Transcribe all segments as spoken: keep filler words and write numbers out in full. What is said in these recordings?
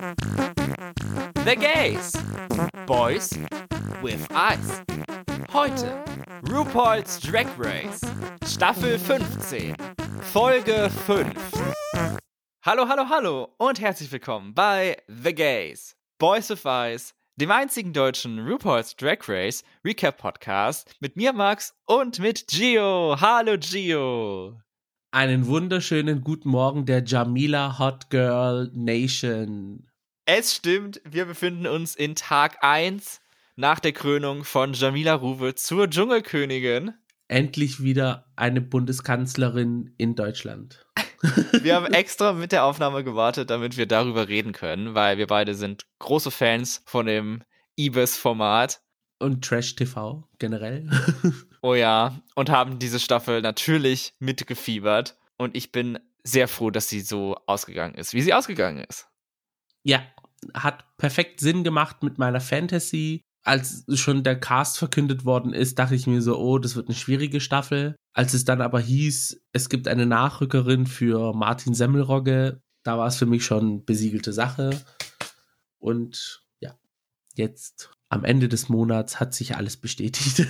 The Gays. Boys with Eyes. Heute RuPaul's Drag Race. Staffel fünfzehn. Folge fünf. Hallo, hallo, hallo und herzlich willkommen bei The Gays. Boys with Eyes, dem einzigen deutschen RuPaul's Drag Race Recap Podcast mit mir, Max, und mit Gio. Hallo, Gio. Einen wunderschönen guten Morgen der Jamila Hot Girl Nation. Es stimmt, wir befinden uns in Tag eins nach der Krönung von Jamila Rowe zur Dschungelkönigin. Endlich wieder eine Bundeskanzlerin in Deutschland. Wir haben extra mit der Aufnahme gewartet, damit wir darüber reden können, weil wir beide sind große Fans von dem Ibis-Format. Und Trash-T V generell. Oh ja, und haben diese Staffel natürlich mitgefiebert. Und ich bin sehr froh, dass sie so ausgegangen ist, wie sie ausgegangen ist. Ja, hat perfekt Sinn gemacht mit meiner Fantasy. Als schon der Cast verkündet worden ist, dachte ich mir so, oh, das wird eine schwierige Staffel. Als es dann aber hieß, es gibt eine Nachrückerin für Martin Semmelrogge, da war es für mich schon besiegelte Sache. Und ja, jetzt am Ende des Monats hat sich alles bestätigt.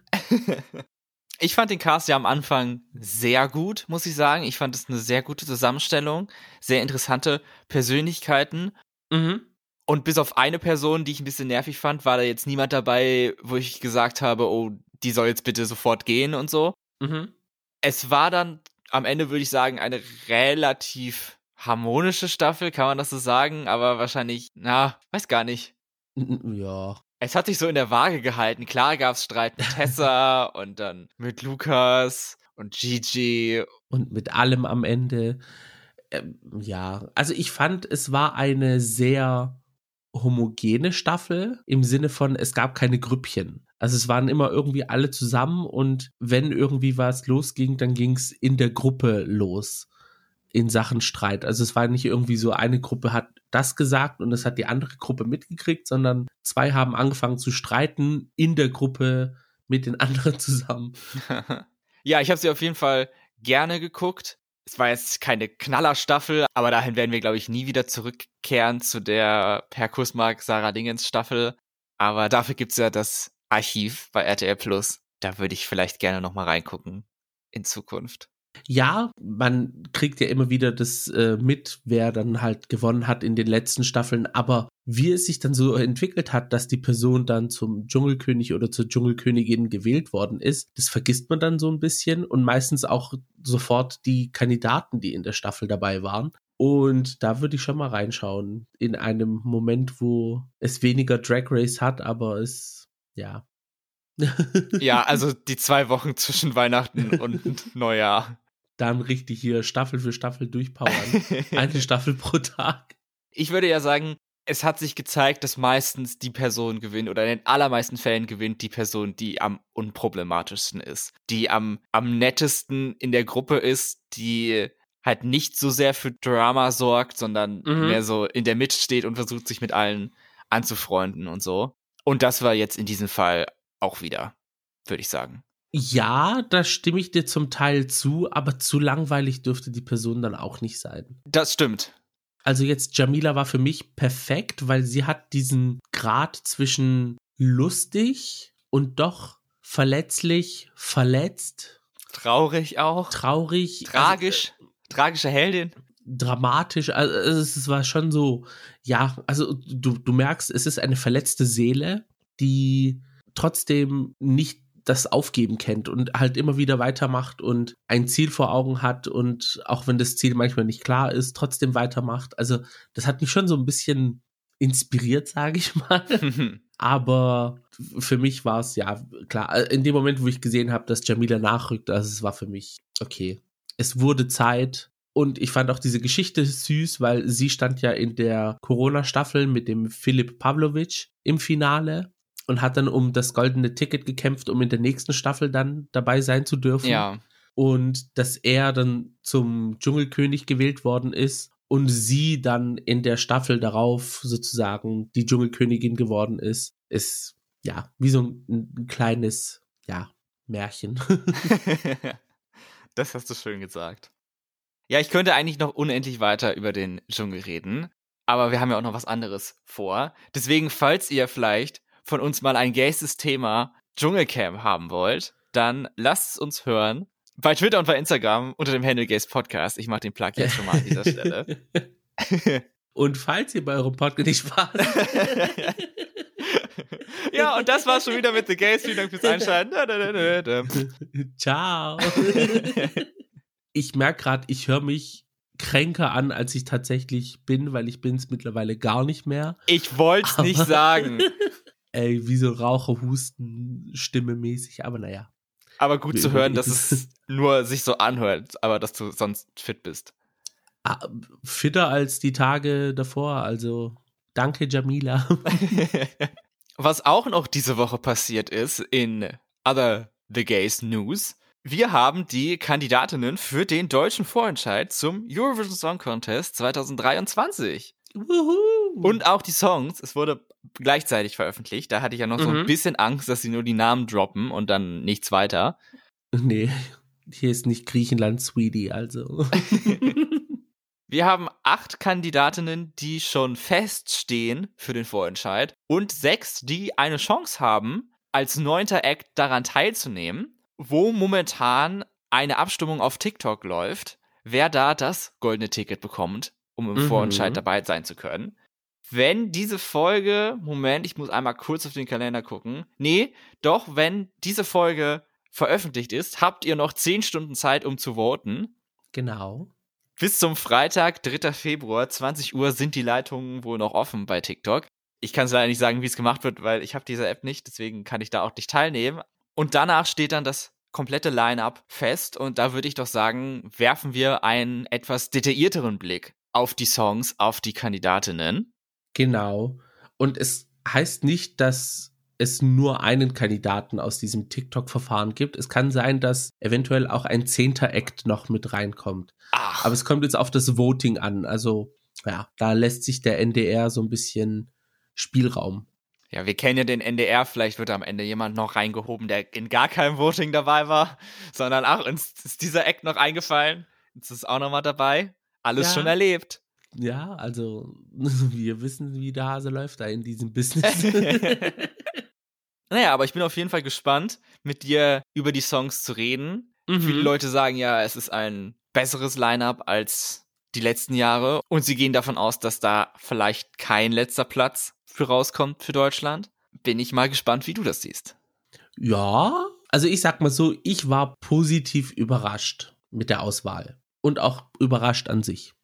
Ich fand den Cast ja am Anfang sehr gut, muss ich sagen. Ich fand es eine sehr gute Zusammenstellung, sehr interessante Persönlichkeiten. Mhm. Und bis auf eine Person, die ich ein bisschen nervig fand, war da jetzt niemand dabei, wo ich gesagt habe, oh, die soll jetzt bitte sofort gehen und so. Mhm. Es war dann am Ende, würde ich sagen, eine relativ harmonische Staffel, kann man das so sagen, aber wahrscheinlich, na, weiß gar nicht. Ja. Es hat sich so in der Waage gehalten. Klar gab es Streit mit Tessa und dann mit Lukas und Gigi. Und mit allem am Ende. Ähm, ja, also ich fand, es war eine sehr homogene Staffel im Sinne von, es gab keine Grüppchen. Also es waren immer irgendwie alle zusammen und wenn irgendwie was losging, dann ging es in der Gruppe los in Sachen Streit. Also es war nicht irgendwie so, eine Gruppe hat das gesagt und das hat die andere Gruppe mitgekriegt, sondern zwei haben angefangen zu streiten in der Gruppe mit den anderen zusammen. Ja, ich habe sie auf jeden Fall gerne geguckt. Es war jetzt keine Knallerstaffel, aber dahin werden wir, glaube ich, nie wieder zurückkehren zu der Per Kussmark Sarah Dingens Staffel. Aber dafür gibt's ja das Archiv bei R T L Plus. Da würde ich vielleicht gerne noch mal reingucken in Zukunft. Ja, man kriegt ja immer wieder das äh, mit, wer dann halt gewonnen hat in den letzten Staffeln, aber wie es sich dann so entwickelt hat, dass die Person dann zum Dschungelkönig oder zur Dschungelkönigin gewählt worden ist, das vergisst man dann so ein bisschen und meistens auch sofort die Kandidaten, die in der Staffel dabei waren. Und da würde ich schon mal reinschauen, in einem Moment, wo es weniger Drag Race hat, aber es, ja. Ja, also die zwei Wochen zwischen Weihnachten und Neujahr. Dann richtig hier Staffel für Staffel durchpowern. Eine Staffel pro Tag. Ich würde ja sagen, es hat sich gezeigt, dass meistens die Person gewinnt oder in den allermeisten Fällen gewinnt die Person, die am unproblematischsten ist. Die am, am nettesten in der Gruppe ist, die halt nicht so sehr für Drama sorgt, sondern mhm. mehr so in der Mitte steht und versucht, sich mit allen anzufreunden und so. Und das war jetzt in diesem Fall auch wieder, würde ich sagen. Ja, da stimme ich dir zum Teil zu, aber zu langweilig dürfte die Person dann auch nicht sein. Das stimmt. Also jetzt Jamila war für mich perfekt, weil sie hat diesen Grad zwischen lustig und doch verletzlich, verletzt. Traurig auch. Traurig. Tragisch. Also, tragische Heldin. Dramatisch. Also es war schon so, ja, also du, du merkst, es ist eine verletzte Seele, die trotzdem nicht das Aufgeben kennt und halt immer wieder weitermacht und ein Ziel vor Augen hat und auch wenn das Ziel manchmal nicht klar ist, trotzdem weitermacht. Also das hat mich schon so ein bisschen inspiriert, sage ich mal. Aber für mich war es, ja, klar, in dem Moment, wo ich gesehen habe, dass Jamila nachrückt, also es war für mich, okay, es wurde Zeit. Und ich fand auch diese Geschichte süß, weil sie stand ja in der Corona-Staffel mit dem Filip Pavlovic im Finale und hat dann um das goldene Ticket gekämpft, um in der nächsten Staffel dann dabei sein zu dürfen. Ja. Und dass er dann zum Dschungelkönig gewählt worden ist und sie dann in der Staffel darauf sozusagen die Dschungelkönigin geworden ist, ist ja wie so ein, ein kleines, ja, Märchen. Das hast du schön gesagt. Ja, ich könnte eigentlich noch unendlich weiter über den Dschungel reden. aber wir haben ja auch noch was anderes vor. Deswegen, falls ihr vielleicht von uns mal ein gaystes Thema Dschungelcamp haben wollt, dann lasst es uns hören. Bei Twitter und bei Instagram unter dem Handle Gays Podcast. Ich mache den Plug jetzt schon mal an dieser Stelle. Und falls ihr bei eurem Podcast nicht Spaß Ja, und das war's schon wieder mit The Gays. Vielen Dank fürs Einschalten. Ciao. Ich merke gerade, ich höre mich kränker an, als ich tatsächlich bin, weil ich bin es mittlerweile gar nicht mehr. Ich wollte es nicht sagen. Ey, wie so Raucher, Husten, Stimme mäßig, aber naja. Aber gut zu hören, dass es nur sich so anhört, aber dass du sonst fit bist. Ah, fitter als die Tage davor, also danke Jamila. Was auch noch diese Woche passiert ist in Other The Gays News, wir haben die Kandidatinnen für den deutschen Vorentscheid zum Eurovision Song Contest zwanzig dreiundzwanzig. Wuhu. Und auch die Songs, es wurde gleichzeitig veröffentlicht, da hatte ich ja noch mhm. so ein bisschen Angst, dass sie nur die Namen droppen und dann nichts weiter. Nee, hier ist nicht Griechenland, Sweetie, also. Wir haben acht Kandidatinnen, die schon feststehen für den Vorentscheid und sechs, die eine Chance haben, als neunter Act daran teilzunehmen, wo momentan eine Abstimmung auf TikTok läuft, wer da das goldene Ticket bekommt, um im mhm. Vorentscheid dabei sein zu können. Wenn diese Folge, Moment, ich muss einmal kurz auf den Kalender gucken. Nee, doch, wenn diese Folge veröffentlicht ist, habt ihr noch zehn Stunden Zeit, um zu voten. Genau. Bis zum Freitag, dritter Februar, zwanzig Uhr, sind die Leitungen wohl noch offen bei TikTok. Ich kann es leider nicht sagen, wie es gemacht wird, weil ich habe diese App nicht, deswegen kann ich da auch nicht teilnehmen. Und danach steht dann das komplette Line-Up fest und da würde ich doch sagen, werfen wir einen etwas detaillierteren Blick auf die Songs, auf die Kandidatinnen. Genau. Und es heißt nicht, dass es nur einen Kandidaten aus diesem TikTok-Verfahren gibt. Es kann sein, dass eventuell auch ein zehnter Act noch mit reinkommt. Ach. Aber es kommt jetzt auf das Voting an. Also, ja, da lässt sich der N D R so ein bisschen Spielraum. Ja, wir kennen ja den N D R, vielleicht wird am Ende jemand noch reingehoben, der in gar keinem Voting dabei war, sondern ach, uns ist dieser Act noch eingefallen, jetzt ist auch noch mal dabei, alles ja. schon erlebt. Ja, also wir wissen, wie der Hase läuft da in diesem Business. Naja, aber ich bin auf jeden Fall gespannt, mit dir über die Songs zu reden. Mhm. Viele Leute sagen ja, es ist ein besseres Line-Up als die letzten Jahre und sie gehen davon aus, dass da vielleicht kein letzter Platz für rauskommt für Deutschland. Bin ich mal gespannt, wie du das siehst. Ja, also ich sag mal so, ich war positiv überrascht mit der Auswahl und auch überrascht an sich.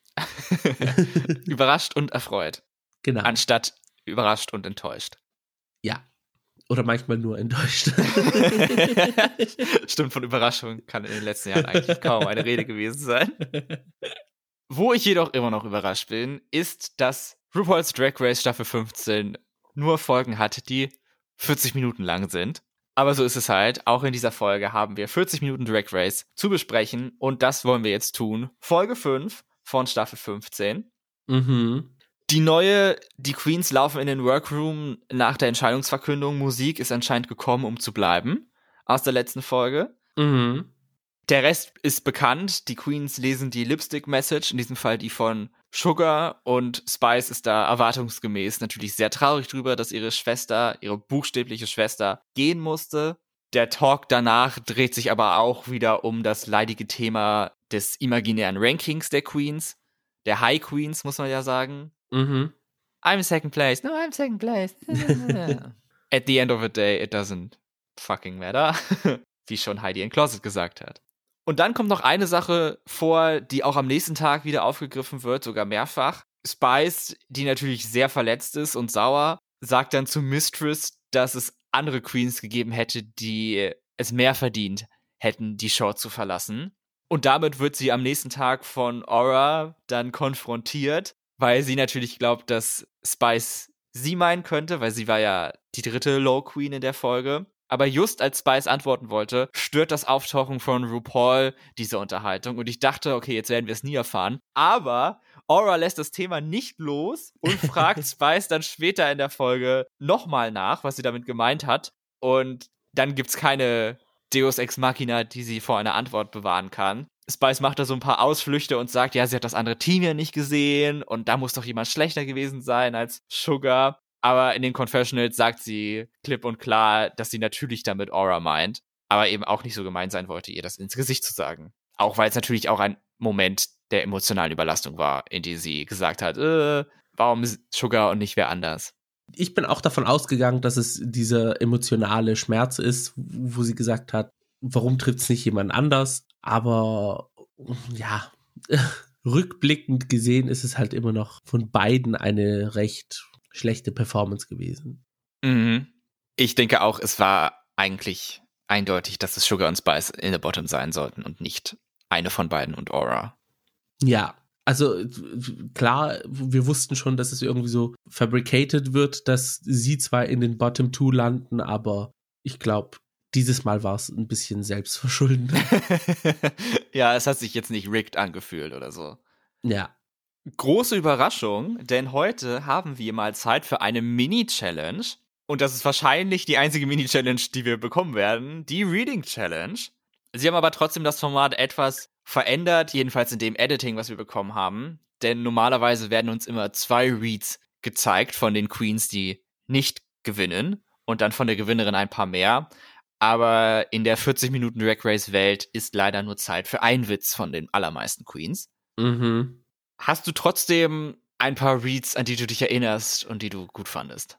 Überrascht und erfreut. Genau. Anstatt überrascht und enttäuscht. Ja. Oder manchmal nur enttäuscht. Stimmt, von Überraschung kann in den letzten Jahren eigentlich kaum eine Rede gewesen sein. Wo ich jedoch immer noch überrascht bin, ist, dass RuPaul's Drag Race Staffel fünfzehn nur Folgen hat, die vierzig Minuten lang sind. Aber so ist es halt. Auch in dieser Folge haben wir vierzig Minuten Drag Race zu besprechen und das wollen wir jetzt tun. Folge fünf von Staffel fünfzehn. Mhm. Die neue, die Queens laufen in den Workroom nach der Entscheidungsverkündung. Musik ist anscheinend gekommen, um zu bleiben. Aus der letzten Folge. Mhm. Der Rest ist bekannt. Die Queens lesen die Lipstick-Message, in diesem Fall die von Sugar. Und Spice ist da erwartungsgemäß natürlich sehr traurig drüber, dass ihre Schwester, ihre buchstäbliche Schwester, gehen musste. Der Talk danach dreht sich aber auch wieder um das leidige Thema des imaginären Rankings der Queens. Der High Queens, muss man ja sagen. Mhm. I'm second place. No, I'm second place. At the end of the day, it doesn't fucking matter. Wie schon Heidi in Closet gesagt hat. Und dann kommt noch eine Sache vor, die auch am nächsten Tag wieder aufgegriffen wird, sogar mehrfach. Spice, die natürlich sehr verletzt ist und sauer, sagt dann zu Mistress, dass es andere Queens gegeben hätte, die es mehr verdient hätten, die Show zu verlassen. Und damit wird sie am nächsten Tag von Aura dann konfrontiert, weil sie natürlich glaubt, dass Spice sie meinen könnte, weil sie war ja die dritte Low Queen in der Folge. Aber just als Spice antworten wollte, stört das Auftauchen von RuPaul diese Unterhaltung. Und ich dachte, okay, jetzt werden wir es nie erfahren. Aber Aura lässt das Thema nicht los und fragt Spice dann später in der Folge nochmal nach, was sie damit gemeint hat. Und dann gibt's keine Deus Ex Machina, die sie vor einer Antwort bewahren kann. Spice macht da so ein paar Ausflüchte und sagt, ja, sie hat das andere Team ja nicht gesehen und da muss doch jemand schlechter gewesen sein als Sugar. Aber in den Confessionals sagt sie klipp und klar, dass sie natürlich damit Aura meint, aber eben auch nicht so gemein sein wollte, ihr das ins Gesicht zu sagen. Auch weil es natürlich auch ein Moment der emotionalen Überlastung war, in die sie gesagt hat, äh, warum Sugar und nicht wer anders? Ich bin auch davon ausgegangen, dass es dieser emotionale Schmerz ist, wo sie gesagt hat, warum trifft es nicht jemand anders? Aber ja, rückblickend gesehen ist es halt immer noch von beiden eine recht schlechte Performance gewesen. Mhm. Ich denke auch, es war eigentlich eindeutig, dass es Sugar und Spice in der Bottom sein sollten und nicht eine von beiden und Aura. Ja, also klar, wir wussten schon, dass es irgendwie so fabricated wird, dass sie zwar in den Bottom Two landen, aber ich glaube, dieses Mal war es ein bisschen selbstverschuldet. Ja, es hat sich jetzt nicht rigged angefühlt oder so. Ja. Große Überraschung, denn heute haben wir mal Zeit für eine Mini-Challenge. Und das ist wahrscheinlich die einzige Mini-Challenge, die wir bekommen werden, die Reading-Challenge. Sie haben aber trotzdem das Format etwas verändert, jedenfalls in dem Editing, was wir bekommen haben. Denn normalerweise werden uns immer zwei Reads gezeigt von den Queens, die nicht gewinnen und dann von der Gewinnerin ein paar mehr. Aber in der vierzig Minuten Drag Race Welt ist leider nur Zeit für einen Witz von den allermeisten Queens. Mhm. Hast du trotzdem ein paar Reads, an die du dich erinnerst und die du gut fandest?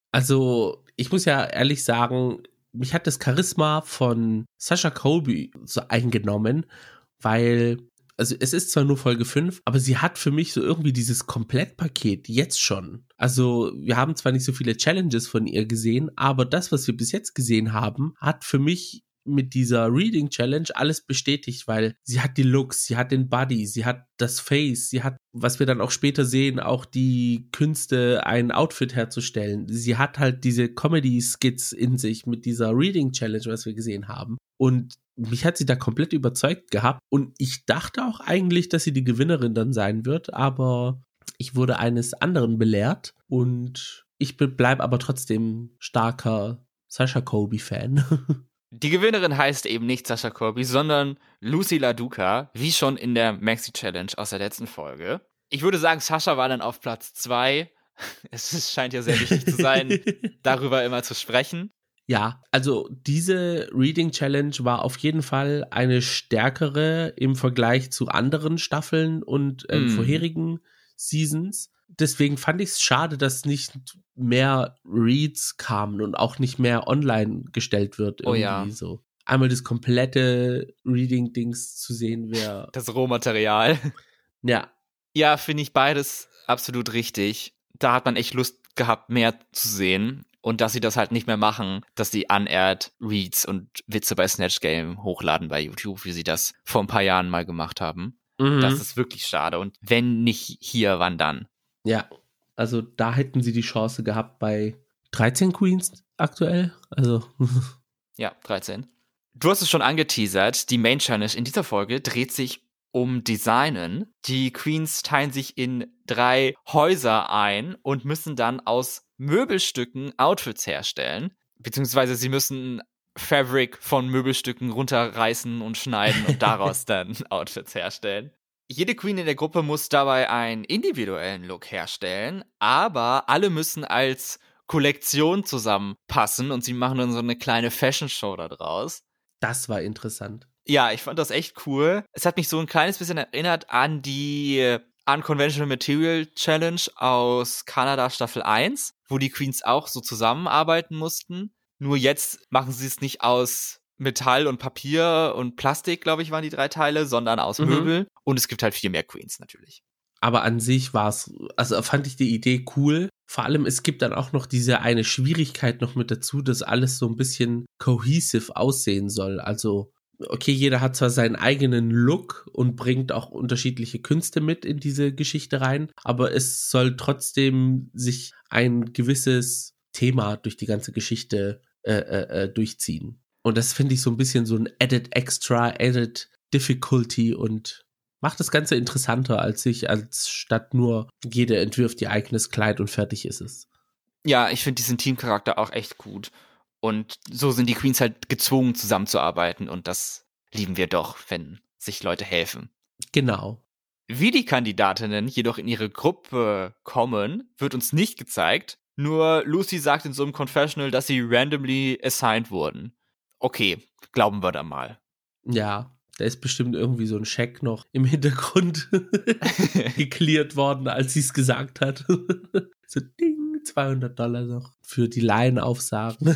Also, ich muss ja ehrlich sagen, mich hat das Charisma von Sasha Colby so eingenommen, weil, also es ist zwar nur Folge fünf, aber sie hat für mich so irgendwie dieses Komplettpaket jetzt schon. Also wir haben zwar nicht so viele Challenges von ihr gesehen, aber das, was wir bis jetzt gesehen haben, hat für mich mit dieser Reading Challenge alles bestätigt, weil sie hat die Looks, sie hat den Body, sie hat das Face, sie hat, was wir dann auch später sehen, auch die Künste, ein Outfit herzustellen. Sie hat halt diese Comedy-Skits in sich mit dieser Reading Challenge, was wir gesehen haben. Und mich hat sie da komplett überzeugt gehabt. Und ich dachte auch eigentlich, dass sie die Gewinnerin dann sein wird, aber ich wurde eines anderen belehrt und ich bleibe aber trotzdem starker Sasha Colby-Fan. Die Gewinnerin heißt eben nicht Sasha Colby, sondern Lucy LaDuca, wie schon in der Maxi-Challenge aus der letzten Folge. Ich würde sagen, Sasha war dann auf Platz zwei. Es scheint ja sehr wichtig zu sein, darüber immer zu sprechen. Ja, also diese Reading Challenge war auf jeden Fall eine stärkere im Vergleich zu anderen Staffeln und äh, mm. vorherigen Seasons. Deswegen fand ich es schade, dass nicht mehr Reads kamen und auch nicht mehr online gestellt wird. Irgendwie oh ja. So. Einmal das komplette Reading-Dings zu sehen wäre. Das Rohmaterial. Ja. Ja, finde ich beides absolut richtig. Da hat man echt Lust gehabt, mehr zu sehen. Und dass sie das halt nicht mehr machen, dass sie unaired Reads und Witze bei Snatch Game hochladen bei YouTube, wie sie das vor ein paar Jahren mal gemacht haben. Mhm. Das ist wirklich schade. Und wenn nicht hier, wann dann? Ja, also da hätten sie die Chance gehabt bei dreizehn Queens aktuell. Also ja, dreizehn. Du hast es schon angeteasert, die Main Challenge in dieser Folge dreht sich um Designen. Die Queens teilen sich in drei Häuser ein und müssen dann aus Möbelstücken Outfits herstellen. Beziehungsweise sie müssen Fabric von Möbelstücken runterreißen und schneiden und daraus dann Outfits herstellen. Jede Queen in der Gruppe muss dabei einen individuellen Look herstellen, aber alle müssen als Kollektion zusammenpassen und sie machen dann so eine kleine Fashion-Show da draus. Das war interessant. Ja, ich fand das echt cool. Es hat mich so ein kleines bisschen erinnert an die Unconventional Material Challenge aus Kanada Staffel eins, wo die Queens auch so zusammenarbeiten mussten. Nur jetzt machen sie es nicht aus Metall und Papier und Plastik, glaube ich, waren die drei Teile, sondern aus mhm. Möbel. Und es gibt halt viel mehr Queens natürlich. Aber an sich war es, also fand ich die Idee cool. Vor allem, es gibt dann auch noch diese eine Schwierigkeit noch mit dazu, dass alles so ein bisschen cohesive aussehen soll. Also, okay, jeder hat zwar seinen eigenen Look und bringt auch unterschiedliche Künste mit in diese Geschichte rein, aber es soll trotzdem sich ein gewisses Thema durch die ganze Geschichte äh, äh, durchziehen. Und das finde ich so ein bisschen so ein Added Extra, Added Difficulty und macht das Ganze interessanter, als sich, als statt nur jeder entwirft ihr eigenes Kleid und fertig ist es. Ja, ich finde diesen Teamcharakter auch echt gut. Und so sind die Queens halt gezwungen, zusammenzuarbeiten. Und das lieben wir doch, wenn sich Leute helfen. Genau. Wie die Kandidatinnen jedoch in ihre Gruppe kommen, wird uns nicht gezeigt. Nur Lucy sagt in so einem Confessional, dass sie randomly assigned wurden. Okay, glauben wir da mal. Ja, da ist bestimmt irgendwie so ein Scheck noch im Hintergrund geklärt worden, als sie es gesagt hat. So ding, zweihundert Dollar noch für die Laienaufsagen.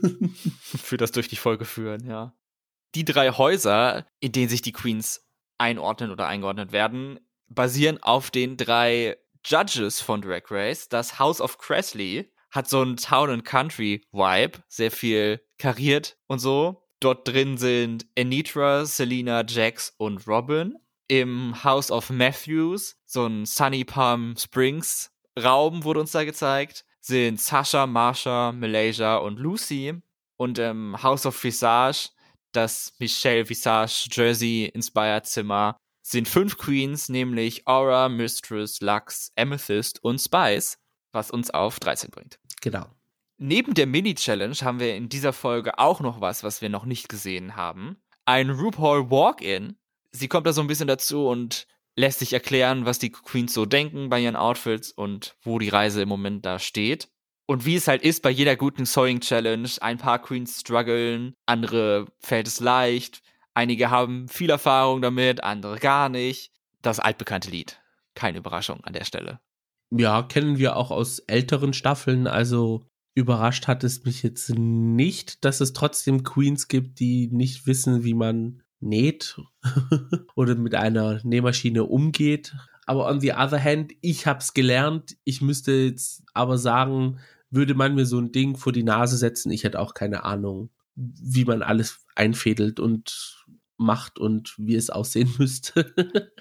Für das durch die Folge führen, ja. Die drei Häuser, in denen sich die Queens einordnen oder eingeordnet werden, basieren auf den drei Judges von Drag Race. Das House of Cressley hat so einen Town and Country Vibe, sehr viel kariert und so. Dort drin sind Anitra, Selena, Jax und Robin. Im House of Matthews, so ein Sunny Palm Springs Raum wurde uns da gezeigt, sind Sasha, Marsha, Malaysia und Lucy. Und im House of Visage, das Michelle Visage Jersey Inspired Zimmer, sind fünf Queens, nämlich Aura, Mistress, Lux, Amethyst und Spice, was uns auf dreizehn bringt. Genau. Neben der Mini-Challenge haben wir in dieser Folge auch noch was, was wir noch nicht gesehen haben. Ein RuPaul Walk-In. Sie kommt da so ein bisschen dazu und lässt sich erklären, was die Queens so denken bei ihren Outfits und wo die Reise im Moment da steht. Und wie es halt ist bei jeder guten Sewing-Challenge, ein paar Queens strugglen, andere fällt es leicht, einige haben viel Erfahrung damit, andere gar nicht. Das altbekannte Lied. Keine Überraschung an der Stelle. Ja, kennen wir auch aus älteren Staffeln, also überrascht hat es mich jetzt nicht, dass es trotzdem Queens gibt, die nicht wissen, wie man näht oder mit einer Nähmaschine umgeht. Aber on the other hand, ich hab's gelernt. Ich müsste jetzt aber sagen, würde man mir so ein Ding vor die Nase setzen, ich hätte auch keine Ahnung, wie man alles einfädelt und macht und wie es aussehen müsste.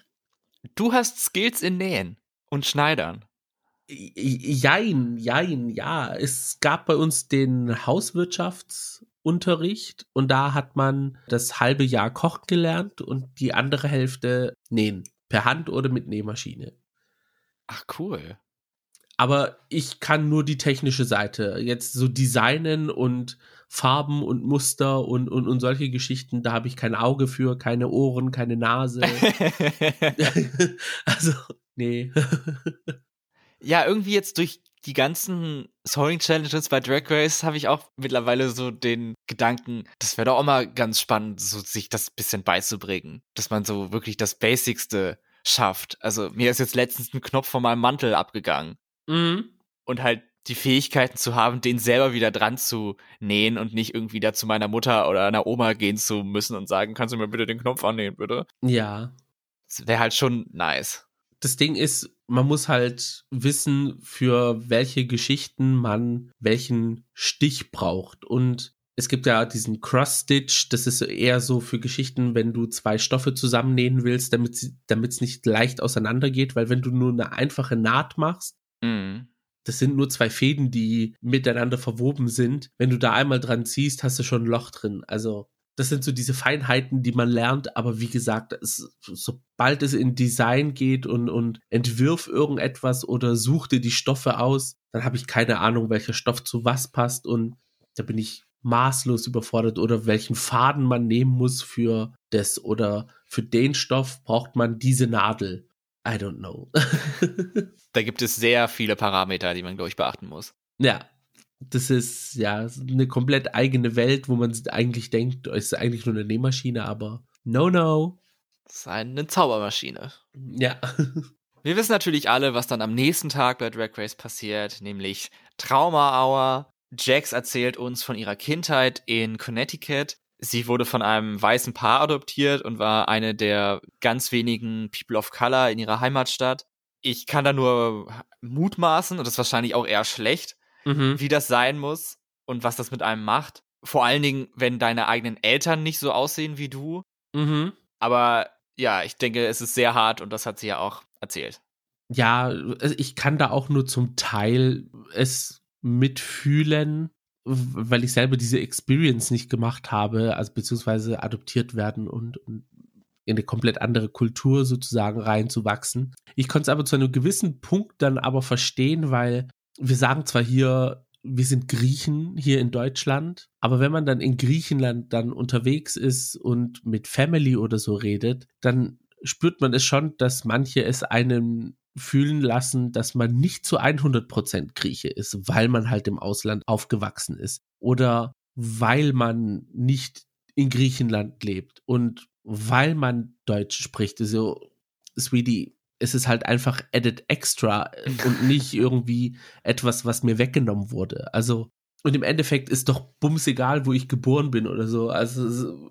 Du hast Skills in Nähen und Schneidern. Jein, jein, ja. Es gab bei uns den Hauswirtschaftsunterricht und da hat man das halbe Jahr kochen gelernt und die andere Hälfte nähen. Per Hand oder mit Nähmaschine. Ach, cool. Aber ich kann nur die technische Seite. Jetzt so Designen und Farben und Muster und, und, und solche Geschichten, da habe ich kein Auge für, keine Ohren, keine Nase. Also, nee. Ja, irgendwie jetzt durch die ganzen Sewing-Challenges bei Drag Race habe ich auch mittlerweile so den Gedanken, das wäre doch auch mal ganz spannend, so sich das bisschen beizubringen. Dass man so wirklich das Basicste schafft. Also mir ist jetzt letztens ein Knopf von meinem Mantel abgegangen. Mhm. Und halt die Fähigkeiten zu haben, den selber wieder dran zu nähen und nicht irgendwie da zu meiner Mutter oder einer Oma gehen zu müssen und sagen, kannst du mir bitte den Knopf annähen, bitte? Ja. Das wäre halt schon nice. Das Ding ist, man muss halt wissen, für welche Geschichten man welchen Stich braucht. Und es gibt ja diesen Cross-Stitch, das ist eher so für Geschichten, wenn du zwei Stoffe zusammennähen willst, damit es nicht leicht auseinandergeht, weil wenn du nur eine einfache Naht machst, Mhm. das sind nur zwei Fäden, die miteinander verwoben sind. Wenn du da einmal dran ziehst, hast du schon ein Loch drin. Also das sind so diese Feinheiten, die man lernt, aber wie gesagt, es, sobald es in Design geht und, und entwirf irgendetwas oder such dir die Stoffe aus, dann habe ich keine Ahnung, welcher Stoff zu was passt und da bin ich maßlos überfordert oder welchen Faden man nehmen muss für das oder für den Stoff braucht man diese Nadel. I don't know. Da gibt es sehr viele Parameter, die man, glaube ich, beachten muss. Ja. Das ist ja eine komplett eigene Welt, wo man eigentlich denkt, es ist eigentlich nur eine Nähmaschine, aber no, no. Das ist eine Zaubermaschine. Ja. Wir wissen natürlich alle, was dann am nächsten Tag bei Drag Race passiert, nämlich Trauma-Hour. Jax erzählt uns von ihrer Kindheit in Connecticut. Sie wurde von einem weißen Paar adoptiert und war eine der ganz wenigen People of Color in ihrer Heimatstadt. Ich kann da nur mutmaßen, und das ist wahrscheinlich auch eher schlecht, Mhm. wie das sein muss und was das mit einem macht. Vor allen Dingen, wenn deine eigenen Eltern nicht so aussehen wie du. Mhm. Aber ja, ich denke, es ist sehr hart und das hat sie ja auch erzählt. Ja, ich kann da auch nur zum Teil es mitfühlen, weil ich selber diese Experience nicht gemacht habe, also beziehungsweise adoptiert werden und, und in eine komplett andere Kultur sozusagen reinzuwachsen. Ich konnte es aber zu einem gewissen Punkt dann aber verstehen, weil wir sagen zwar hier wir sind Griechen hier in Deutschland, aber wenn man dann in Griechenland dann unterwegs ist und mit Family oder so redet, dann spürt man es schon, dass manche es einem fühlen lassen, dass man nicht zu hundert Prozent Grieche ist, weil man halt im Ausland aufgewachsen ist oder weil man nicht in Griechenland lebt und weil man Deutsch spricht. So, Sweetie, es ist halt einfach added extra und nicht irgendwie etwas, was mir weggenommen wurde. Also, und im Endeffekt ist doch bums egal, wo ich geboren bin oder so. Also,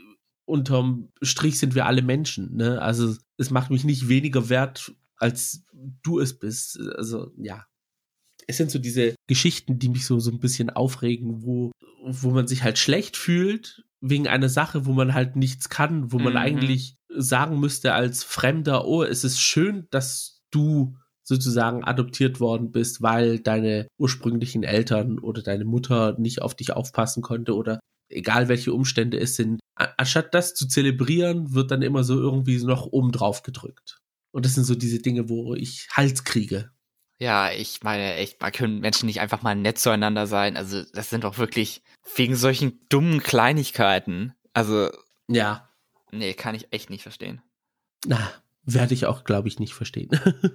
unterm Strich sind wir alle Menschen, ne? Also, es macht mich nicht weniger wert, als du es bist. Also, ja. Es sind so diese Geschichten, die mich so, so ein bisschen aufregen, wo, wo man sich halt schlecht fühlt wegen einer Sache, wo man halt nichts kann, wo man mhm. eigentlich sagen müsste als Fremder, oh, es ist schön, dass du sozusagen adoptiert worden bist, weil deine ursprünglichen Eltern oder deine Mutter nicht auf dich aufpassen konnte oder egal welche Umstände es sind. Anstatt das zu zelebrieren, wird dann immer so irgendwie noch oben drauf gedrückt. Und das sind so diese Dinge, wo ich Hals kriege. Ja, ich meine, echt, man können Menschen nicht einfach mal nett zueinander sein. Also, das sind doch wirklich wegen solchen dummen Kleinigkeiten. Also, ja. Nee, kann ich echt nicht verstehen. Na, werde ich auch, glaube ich, nicht verstehen.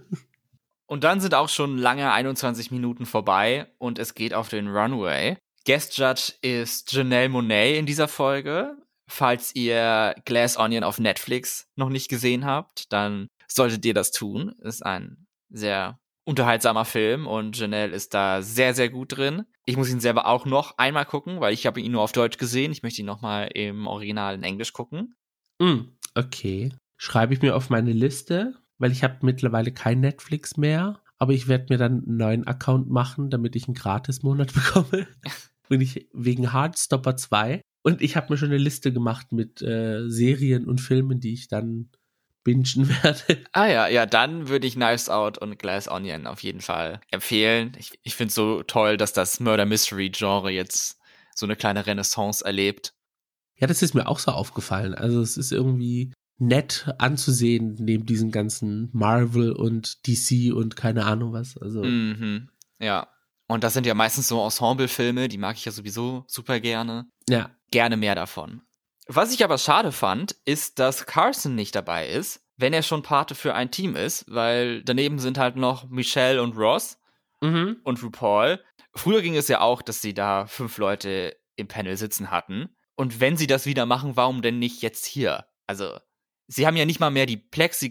Und dann sind auch schon lange einundzwanzig Minuten vorbei und es geht auf den Runway. Guest Judge ist Janelle Monáe in dieser Folge. Falls ihr Glass Onion auf Netflix noch nicht gesehen habt, dann solltet ihr das tun. Ist ein sehr unterhaltsamer Film und Janelle ist da sehr, sehr gut drin. Ich muss ihn selber auch noch einmal gucken, weil ich habe ihn nur auf Deutsch gesehen. Ich möchte ihn nochmal im Original in Englisch gucken. Mm, okay. Schreibe ich mir auf meine Liste, weil ich habe mittlerweile kein Netflix mehr, aber ich werde mir dann einen neuen Account machen, damit ich einen Gratis-Monat bekomme. Und ich wegen Heartstopper zwei. Und ich habe mir schon eine Liste gemacht mit äh, Serien und Filmen, die ich dann bingen werde. Ah ja, ja, dann würde ich Knives Out und Glass Onion auf jeden Fall empfehlen. Ich, ich finde es so toll, dass das Murder-Mystery-Genre jetzt so eine kleine Renaissance erlebt. Ja, das ist mir auch so aufgefallen. Also es ist irgendwie nett anzusehen, neben diesen ganzen Marvel und D C und keine Ahnung was. Also mhm. Ja, und das sind ja meistens so Ensemble-Filme, die mag ich ja sowieso super gerne. Ja. Gerne mehr davon. Was ich aber schade fand, ist, dass Carson nicht dabei ist, wenn er schon Pate für ein Team ist, weil daneben sind halt noch Michelle und Ross mhm. und RuPaul. Früher ging es ja auch, dass sie da fünf Leute im Panel sitzen hatten. Und wenn sie das wieder machen, warum denn nicht jetzt hier? Also, sie haben ja nicht mal mehr die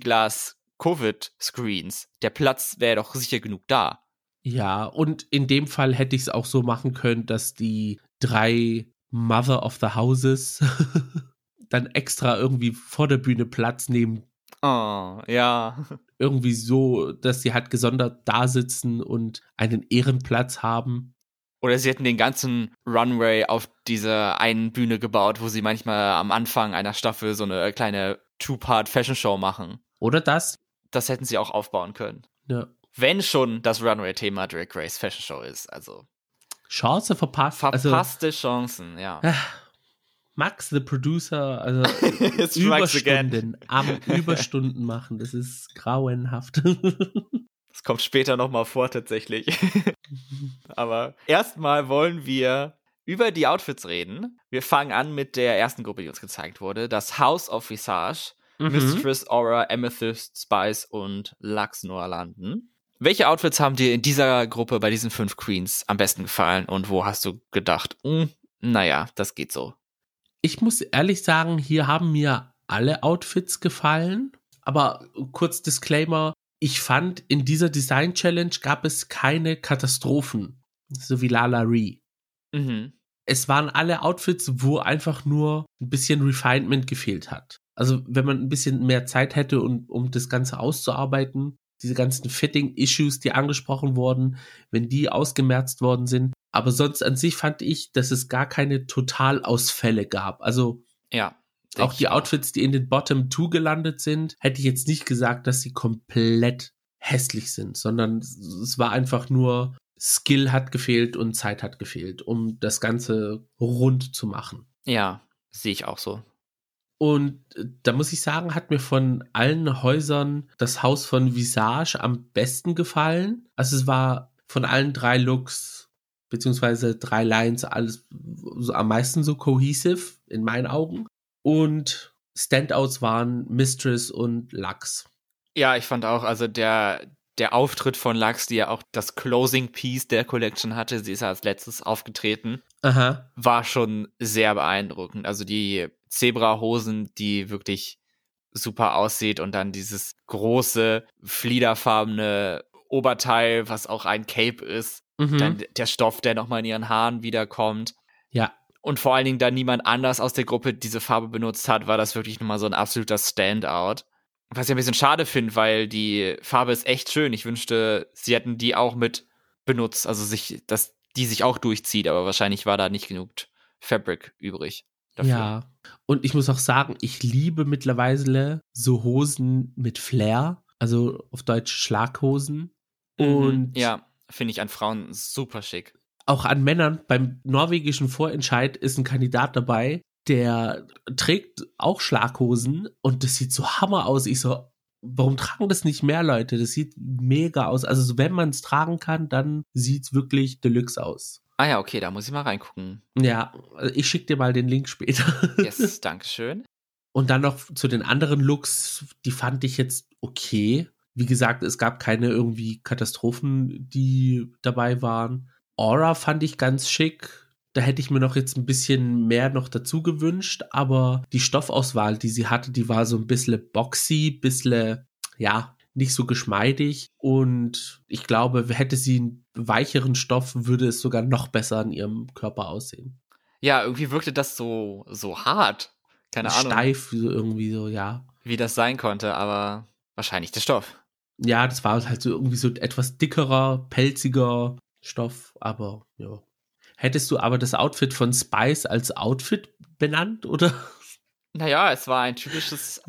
Plexiglas-Covid-Screens. Der Platz wäre doch sicher genug da. Ja, und in dem Fall hätte ich es auch so machen können, dass die drei Mother of the Houses dann extra irgendwie vor der Bühne Platz nehmen. Oh, ja. Irgendwie so, dass sie halt gesondert da sitzen und einen Ehrenplatz haben. Oder sie hätten den ganzen Runway auf dieser einen Bühne gebaut, wo sie manchmal am Anfang einer Staffel so eine kleine Two-Part-Fashion-Show machen. Oder das? Das hätten sie auch aufbauen können. Ja. Wenn schon das Runway-Thema Drag Race Fashion Show ist, also. Chance verpasst. Verpasste also, Chancen, ja. Max, the Producer, also Überstunden, am Überstunden machen, das ist grauenhaft. Das kommt später nochmal vor, tatsächlich. Aber erstmal wollen wir über die Outfits reden. Wir fangen an mit der ersten Gruppe, die uns gezeigt wurde. Das House of Visage, mhm. Mistress Aura, Amethyst, Spice und Lux Noirlanden. Welche Outfits haben dir in dieser Gruppe bei diesen fünf Queens am besten gefallen und wo hast du gedacht, hm, naja, das geht so? Ich muss ehrlich sagen, hier haben mir alle Outfits gefallen, aber kurz Disclaimer, ich fand, in dieser Design Challenge gab es keine Katastrophen, so wie Lala Ree. Mhm. Es waren alle Outfits, wo einfach nur ein bisschen Refinement gefehlt hat. Also wenn man ein bisschen mehr Zeit hätte, um, um das Ganze auszuarbeiten, diese ganzen Fitting-Issues, die angesprochen wurden, wenn die ausgemerzt worden sind. Aber sonst an sich fand ich, dass es gar keine Totalausfälle gab. Also ja, auch die Outfits, die in den Bottom Two gelandet sind, hätte ich jetzt nicht gesagt, dass sie komplett hässlich sind, sondern es war einfach nur Skill hat gefehlt und Zeit hat gefehlt, um das Ganze rund zu machen. Ja, sehe ich auch so. Und da muss ich sagen, hat mir von allen Häusern das Haus von Visage am besten gefallen. Also es war von allen drei Looks beziehungsweise drei Lines, alles so am meisten so cohesive in meinen Augen. Und Standouts waren Mistress und Lux. Ja, ich fand auch, also der, der Auftritt von Lux, die ja auch das Closing Piece der Collection hatte, sie ist ja als letztes aufgetreten, Aha. war schon sehr beeindruckend. Also die Zebrahosen, die wirklich super aussieht und dann dieses große, fliederfarbene Oberteil, was auch ein Cape ist. Mhm. Dann der Stoff, der nochmal in ihren Haaren wiederkommt. Ja. Und vor allen Dingen, da niemand anders aus der Gruppe diese Farbe benutzt hat, war das wirklich nochmal so ein absoluter Standout. Was ich ein bisschen schade finde, weil die Farbe ist echt schön. Ich wünschte, sie hätten die auch mit benutzt, also sich, dass die sich auch durchzieht, aber wahrscheinlich war da nicht genug Fabric übrig dafür. Ja, und ich muss auch sagen, ich liebe mittlerweile so Hosen mit Flair, also auf Deutsch Schlaghosen. Und mhm, ja, finde ich an Frauen super schick. Auch an Männern, beim norwegischen Vorentscheid ist ein Kandidat dabei, der trägt auch Schlaghosen und das sieht so hammer aus. Ich so, warum tragen das nicht mehr Leute? Das sieht mega aus. Also wenn man es tragen kann, dann sieht es wirklich Deluxe aus. Ah ja, okay, da muss ich mal reingucken. Ja, ich schicke dir mal den Link später. Yes, dankeschön. Und dann noch zu den anderen Looks, die fand ich jetzt okay. Wie gesagt, es gab keine irgendwie Katastrophen, die dabei waren. Aura fand ich ganz schick. Da hätte ich mir noch jetzt ein bisschen mehr noch dazu gewünscht, aber die Stoffauswahl, die sie hatte, die war so ein bisschen boxy, bisschen, ja, nicht so geschmeidig. Und ich glaube, hätte sie einen weicheren Stoff, würde es sogar noch besser an ihrem Körper aussehen. Ja, irgendwie wirkte das so, so hart. Keine Ahnung. Steif, so irgendwie so, ja. Wie das sein konnte, aber wahrscheinlich der Stoff. Ja, das war halt so irgendwie so etwas dickerer, pelziger Stoff, aber ja. Hättest du aber das Outfit von Spice als Outfit benannt, oder? Naja, es war ein typisches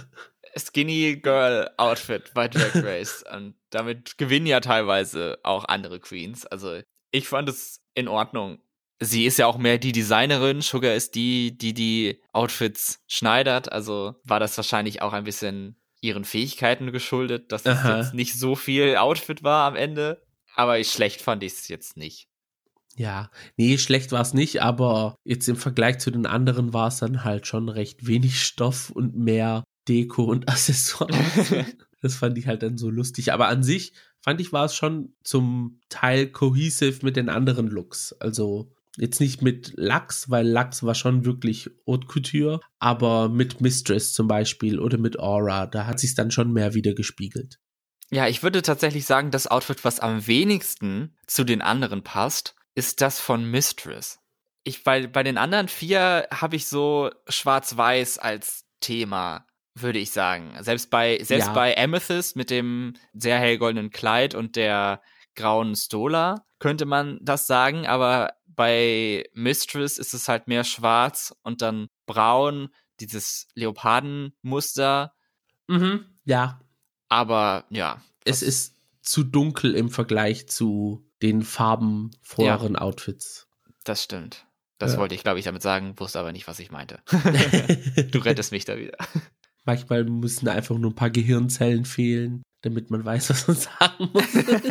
Skinny Girl Outfit bei Drag Race und damit gewinnen ja teilweise auch andere Queens. Also ich fand es in Ordnung. Sie ist ja auch mehr die Designerin, Sugar ist die, die die Outfits schneidert, also war das wahrscheinlich auch ein bisschen ihren Fähigkeiten geschuldet, dass Aha. es jetzt nicht so viel Outfit war am Ende, aber ich, schlecht fand ich es jetzt nicht. Ja, nee, schlecht war es nicht, aber jetzt im Vergleich zu den anderen war es dann halt schon recht wenig Stoff und mehr Deko und Accessoires. Das fand ich halt dann so lustig. Aber an sich fand ich, war es schon zum Teil cohesive mit den anderen Looks. Also jetzt nicht mit Lux, weil Lux war schon wirklich Haute Couture, aber mit Mistress zum Beispiel oder mit Aura, da hat sich dann schon mehr wieder gespiegelt. Ja, ich würde tatsächlich sagen, das Outfit, was am wenigsten zu den anderen passt, ist das von Mistress. Ich, bei, bei den anderen vier habe ich so schwarz-weiß als Thema, würde ich sagen. Selbst bei, selbst Ja. bei Amethyst mit dem sehr hellgoldenen Kleid und der grauen Stola könnte man das sagen, aber bei Mistress ist es halt mehr schwarz und dann braun, dieses Leopardenmuster. Mhm, ja. Aber ja. Es ist zu dunkel im Vergleich zu den Farben vorheren Ja. Outfits. Das stimmt. Das Ja. wollte ich, glaube ich, damit sagen, wusste aber nicht, was ich meinte. Du rettest mich da wieder. Manchmal müssen einfach nur ein paar Gehirnzellen fehlen, damit man weiß, was man sagen muss.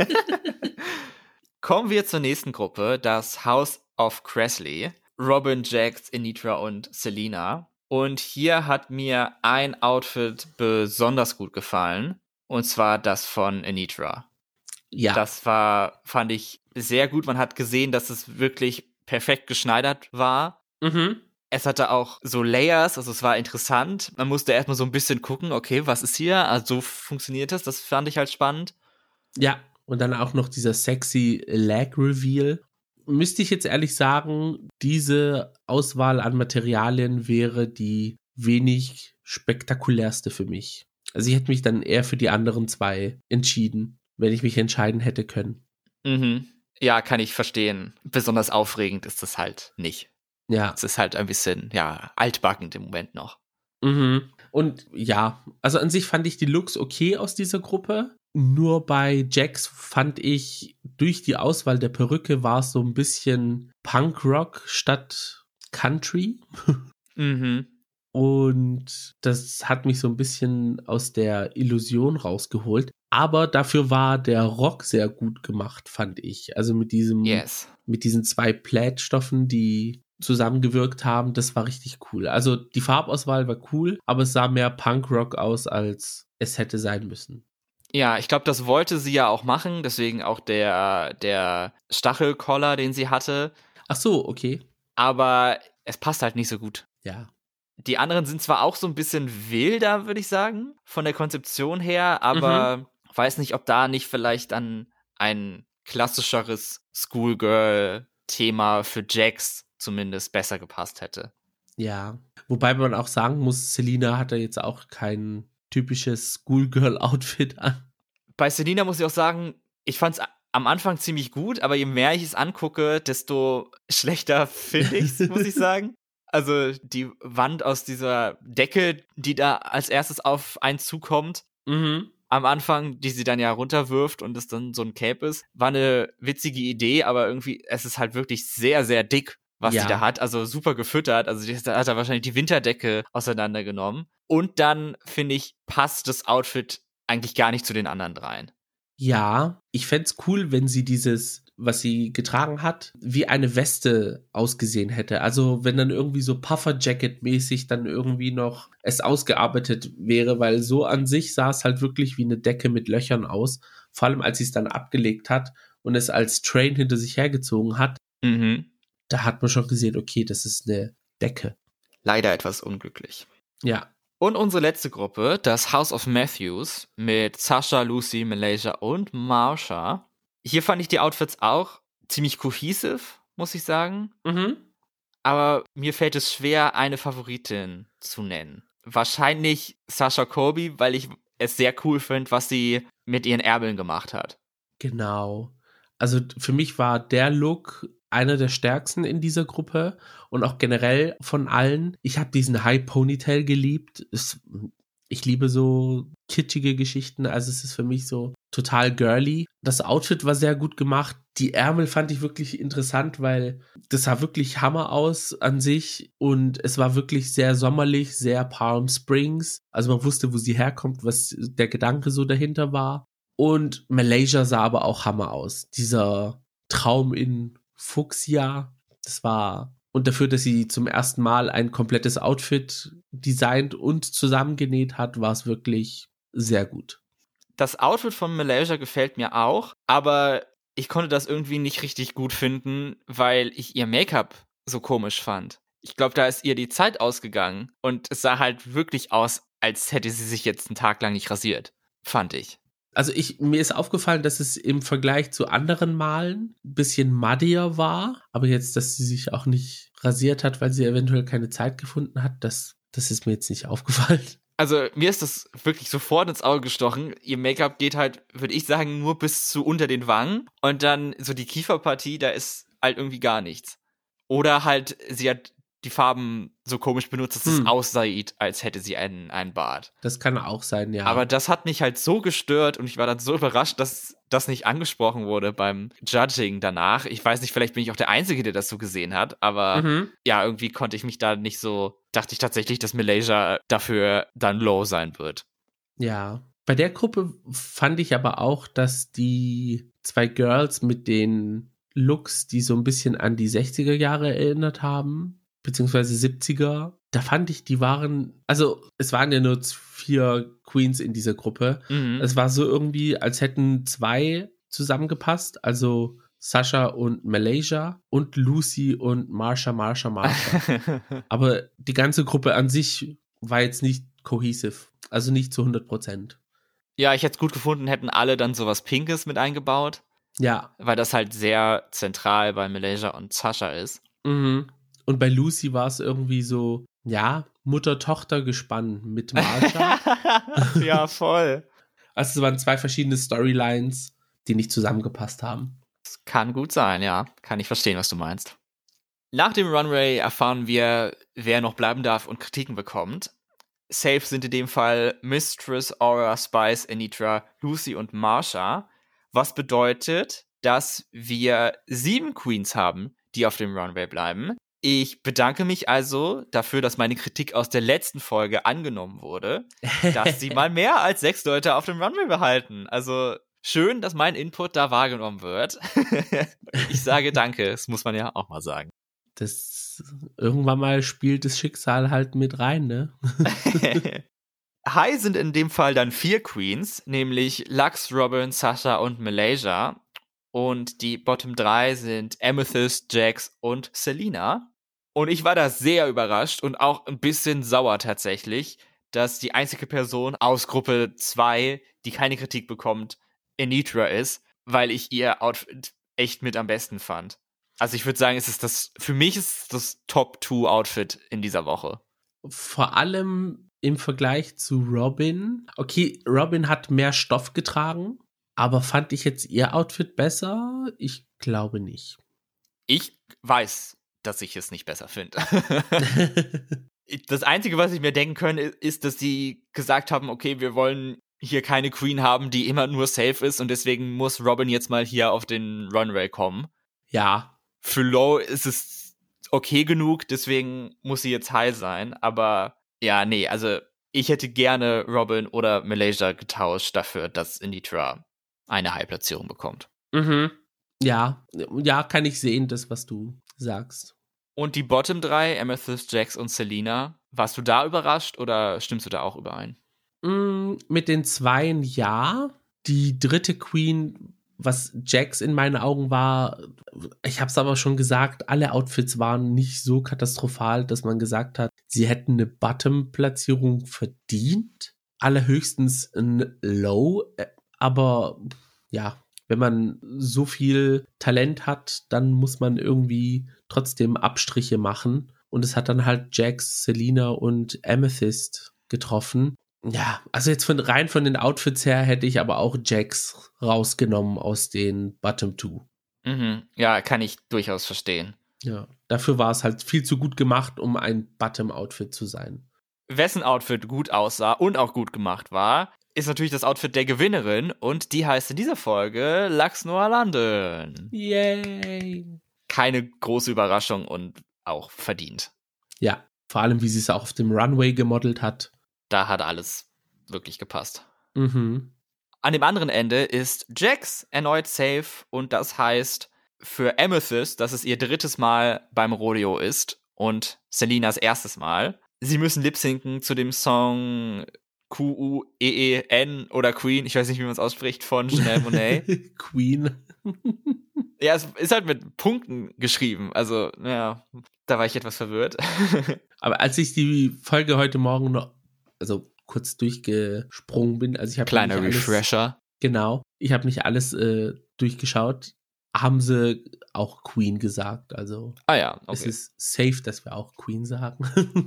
Kommen wir zur nächsten Gruppe, das House of Cressley. Robin, Jax, Anitra und Selena. Und hier hat mir ein Outfit besonders gut gefallen. Und zwar das von Anitra. Ja. Das war, fand ich, sehr gut. Man hat gesehen, dass es wirklich perfekt geschneidert war. Mhm. Es hatte auch so Layers, also es war interessant. Man musste erstmal so ein bisschen gucken, okay, was ist hier? Also so funktioniert das. Das fand ich halt spannend. Ja, und dann auch noch dieser sexy Leg Reveal. Müsste ich jetzt ehrlich sagen, diese Auswahl an Materialien wäre die wenig spektakulärste für mich. Also ich hätte mich dann eher für die anderen zwei entschieden, wenn ich mich entscheiden hätte können. Mhm. Ja, kann ich verstehen. Besonders aufregend ist das halt nicht. Ja. Es ist halt ein bisschen, ja, altbackend im Moment noch. Mhm. Und ja, also an sich fand ich die Looks okay aus dieser Gruppe. Nur bei Jax fand ich, durch die Auswahl der Perücke war es so ein bisschen Punkrock statt Country. Mhm. Und das hat mich so ein bisschen aus der Illusion rausgeholt. Aber dafür war der Rock sehr gut gemacht, fand ich. Also mit diesem, Yes. mit diesen zwei Plaid-Stoffen, die zusammengewirkt haben, das war richtig cool. Also die Farbauswahl war cool, aber es sah mehr Punkrock aus, als es hätte sein müssen. Ja, ich glaube, das wollte sie ja auch machen, deswegen auch der, der Stachelkoller, den sie hatte. Ach so, okay. Aber es passt halt nicht so gut. Ja. Die anderen sind zwar auch so ein bisschen wilder, würde ich sagen, von der Konzeption her, aber mhm. weiß nicht, ob da nicht vielleicht dann ein klassischeres Schoolgirl-Thema für Jax zumindest besser gepasst hätte. Ja, wobei man auch sagen muss, Selena hatte jetzt auch kein typisches Schoolgirl-Outfit an. Bei Selena muss ich auch sagen, ich fand es am Anfang ziemlich gut, aber je mehr ich es angucke, desto schlechter finde ich es, muss ich sagen. Also die Wand aus dieser Decke, die da als erstes auf einen zukommt, mhm. am Anfang, die sie dann ja runterwirft und es dann so ein Cape ist, war eine witzige Idee, aber irgendwie, es ist halt wirklich sehr, sehr dick, was ja. sie da hat. Also super gefüttert. Also da hat er wahrscheinlich die Winterdecke auseinandergenommen. Und dann, finde ich, passt das Outfit eigentlich gar nicht zu den anderen dreien. Ja, ich fände es cool, wenn sie dieses, was sie getragen hat, wie eine Weste ausgesehen hätte. Also wenn dann irgendwie so Puffer-Jacket-mäßig dann irgendwie noch es ausgearbeitet wäre, weil so an sich sah es halt wirklich wie eine Decke mit Löchern aus. Vor allem, als sie es dann abgelegt hat und es als Train hinter sich hergezogen hat. Mhm. Da hat man schon gesehen, okay, das ist eine Decke. Leider etwas unglücklich. Ja. Und unsere letzte Gruppe, das House of Matthews mit Sasha, Lucy, Malaysia und Marsha. Hier fand ich die Outfits auch ziemlich cohesive, muss ich sagen. Mhm. Aber mir fällt es schwer, eine Favoritin zu nennen. Wahrscheinlich Sasha Colby, weil ich es sehr cool finde, was sie mit ihren Ärmeln gemacht hat. Genau. Also für mich war der Look einer der stärksten in dieser Gruppe und auch generell von allen. Ich habe diesen High Ponytail geliebt. Es, ich liebe so kitschige Geschichten, also es ist für mich so total girly. Das Outfit war sehr gut gemacht. Die Ärmel fand ich wirklich interessant, weil das sah wirklich Hammer aus an sich und es war wirklich sehr sommerlich, sehr Palm Springs. Also man wusste, wo sie herkommt, was der Gedanke so dahinter war. Und Malaysia sah aber auch Hammer aus. Dieser Traum in Fuchsia, das war, und dafür, dass sie zum ersten Mal ein komplettes Outfit designt und zusammengenäht hat, war es wirklich sehr gut. Das Outfit von Malaysia gefällt mir auch, aber ich konnte das irgendwie nicht richtig gut finden, weil ich ihr Make-up so komisch fand. Ich glaube, da ist ihr die Zeit ausgegangen und es sah halt wirklich aus, als hätte sie sich jetzt einen Tag lang nicht rasiert, fand ich. Also ich, mir ist aufgefallen, dass es im Vergleich zu anderen Malen ein bisschen muddier war, aber jetzt, dass sie sich auch nicht rasiert hat, weil sie eventuell keine Zeit gefunden hat, das, das ist mir jetzt nicht aufgefallen. Also mir ist das wirklich sofort ins Auge gestochen. Ihr Make-up geht halt, würde ich sagen, nur bis zu unter den Wangen und dann so die Kieferpartie, da ist halt irgendwie gar nichts. Oder halt, sie hat die Farben so komisch benutzt, dass hm. es aussieht, als hätte sie einen, einen Bart. Das kann auch sein, ja. Aber das hat mich halt so gestört und ich war dann so überrascht, dass das nicht angesprochen wurde beim Judging danach. Ich weiß nicht, vielleicht bin ich auch der Einzige, der das so gesehen hat, aber mhm. ja, irgendwie konnte ich mich da nicht so, dachte ich tatsächlich, dass Malaysia dafür dann low sein wird. Ja, bei der Gruppe fand ich aber auch, dass die zwei Girls mit den Looks, die so ein bisschen an die sechziger Jahre erinnert haben, beziehungsweise siebziger, da fand ich, die waren, also es waren ja nur vier Queens in dieser Gruppe. Mhm. Es war so irgendwie, als hätten zwei zusammengepasst, also Sasha und Malaysia und Lucy und Marsha, Marsha, Marsha. Aber die ganze Gruppe an sich war jetzt nicht cohesive, also nicht zu hundert Prozent. Ja, ich hätte es gut gefunden, hätten alle dann sowas Pinkes mit eingebaut. Ja. Weil das halt sehr zentral bei Malaysia und Sasha ist. Mhm. Und bei Lucy war es irgendwie so, ja, Mutter-Tochter-Gespann mit Marsha. Ja, voll. Also es waren zwei verschiedene Storylines, die nicht zusammengepasst haben. Das kann gut sein, ja. Kann ich verstehen, was du meinst. Nach dem Runway erfahren wir, wer noch bleiben darf und Kritiken bekommt. Safe sind in dem Fall Mistress, Aura, Spice, Anitra, Lucy und Marsha. Was bedeutet, dass wir sieben Queens haben, die auf dem Runway bleiben. Ich bedanke mich also dafür, dass meine Kritik aus der letzten Folge angenommen wurde, dass sie mal mehr als sechs Leute auf dem Runway behalten. Also schön, dass mein Input da wahrgenommen wird. Ich sage danke, das muss man ja auch mal sagen. Das irgendwann mal spielt das Schicksal halt mit rein, ne? High sind in dem Fall dann vier Queens, nämlich Lux, Robin, Sasha und Malaysia. Und die Bottom drei sind Amethyst, Jax und Selena. Und ich war da sehr überrascht und auch ein bisschen sauer tatsächlich, dass die einzige Person aus Gruppe zwei, die keine Kritik bekommt, Anitra ist, weil ich ihr Outfit echt mit am besten fand. Also ich würde sagen, es ist das, für mich ist es das Top zwei Outfit in dieser Woche. Vor allem im Vergleich zu Robin. Okay, Robin hat mehr Stoff getragen, aber fand ich jetzt ihr Outfit besser? Ich glaube nicht. Ich weiß, dass ich es nicht besser finde. Das Einzige, was ich mir denken kann, ist, dass sie gesagt haben, okay, wir wollen hier keine Queen haben, die immer nur safe ist und deswegen muss Robin jetzt mal hier auf den Runway kommen. Ja. Für Low ist es okay genug, deswegen muss sie jetzt high sein, aber ja, nee, also ich hätte gerne Robin oder Malaysia getauscht dafür, dass Anitra eine High-Platzierung bekommt. Mhm. Ja, ja, kann ich sehen, das, was du sagst. Und die Bottom drei, Amethyst, Jax und Selena, warst du da überrascht oder stimmst du da auch überein? Mm, mit den Zweien ja. Die dritte Queen, was Jax in meinen Augen war, ich hab's aber schon gesagt, alle Outfits waren nicht so katastrophal, dass man gesagt hat, sie hätten eine Bottom-Platzierung verdient. Allerhöchstens ein Low, aber ja, wenn man so viel Talent hat, dann muss man irgendwie trotzdem Abstriche machen. Und es hat dann halt Jax, Selena und Amethyst getroffen. Ja, also jetzt von rein von den Outfits her hätte ich aber auch Jax rausgenommen aus den Bottom Two. Mhm. Ja, kann ich durchaus verstehen. Ja, dafür war es halt viel zu gut gemacht, um ein Bottom-Outfit zu sein. Wessen Outfit gut aussah und auch gut gemacht war, ist natürlich das Outfit der Gewinnerin und die heißt in dieser Folge Lux Noir London. Yay! Keine große Überraschung und auch verdient. Ja, vor allem wie sie es auch auf dem Runway gemodelt hat. Da hat alles wirklich gepasst. Mhm. An dem anderen Ende ist Jax erneut safe und das heißt für Amethyst, dass es ihr drittes Mal beim Rodeo ist und Selinas erstes Mal. Sie müssen lip-synken zu dem Song Q U E E N oder Queen, ich weiß nicht, wie man es ausspricht, von Janelle Monáe. Queen. Ja, es ist halt mit Punkten geschrieben, also, ja, da war ich etwas verwirrt. Aber als ich die Folge heute Morgen noch, also kurz durchgesprungen bin, also ich habe Kleiner alles, Refresher. Genau, ich habe nicht alles äh, durchgeschaut, haben sie auch Queen gesagt, also ah ja, okay. Es ist safe, dass wir auch Queen sagen.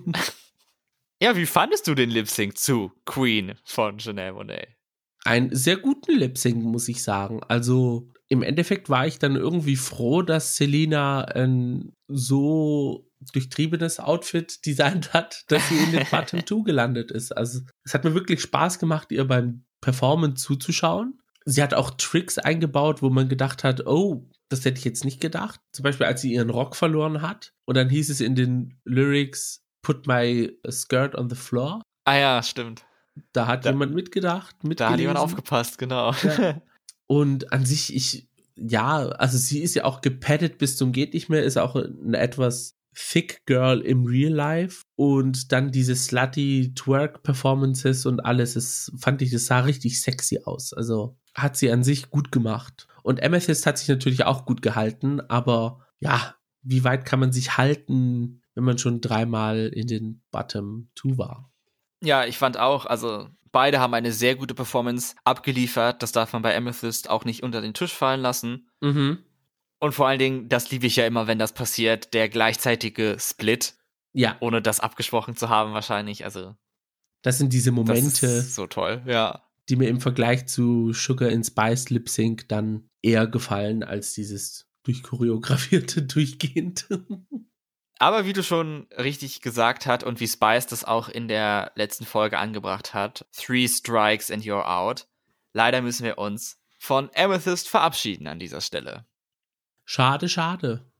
Ja, wie fandest du den Lip-Sync zu Queen von Janelle Monáe? Einen sehr guten Lip-Sync, muss ich sagen. Also im Endeffekt war ich dann irgendwie froh, dass Selena ein so durchtriebenes Outfit designt hat, dass sie in den Bottom Two gelandet ist. Also es hat mir wirklich Spaß gemacht, ihr beim Performen zuzuschauen. Sie hat auch Tricks eingebaut, wo man gedacht hat, oh, das hätte ich jetzt nicht gedacht. Zum Beispiel, als sie ihren Rock verloren hat. Und dann hieß es in den Lyrics, put my skirt on the floor. Ah ja, stimmt. Da hat da, jemand mitgedacht, mitgelesen. Da hat jemand aufgepasst, genau. Ja. Und an sich, ich, ja, also sie ist ja auch gepaddet bis zum geht nicht mehr, ist auch eine etwas thick Girl im Real Life. Und dann diese slutty Twerk-Performances und alles, das fand ich, das sah richtig sexy aus. Also hat sie an sich gut gemacht. Und Amethyst hat sich natürlich auch gut gehalten, aber ja, wie weit kann man sich halten, wenn man schon dreimal in den Bottom Two war? Ja, ich fand auch, also beide haben eine sehr gute Performance abgeliefert. Das darf man bei Amethyst auch nicht unter den Tisch fallen lassen. Mhm. Und vor allen Dingen, das liebe ich ja immer, wenn das passiert, der gleichzeitige Split. Ja. Ohne das abgesprochen zu haben wahrscheinlich, also. Das sind diese Momente. Das ist so toll, ja. Die mir im Vergleich zu Sugar and Spice Lip Sync dann eher gefallen als dieses durchchoreografierte durchgehend. Aber wie du schon richtig gesagt hast und wie Spice das auch in der letzten Folge angebracht hat, Three Strikes and you're out. Leider müssen wir uns von Amethyst verabschieden an dieser Stelle. Schade, schade.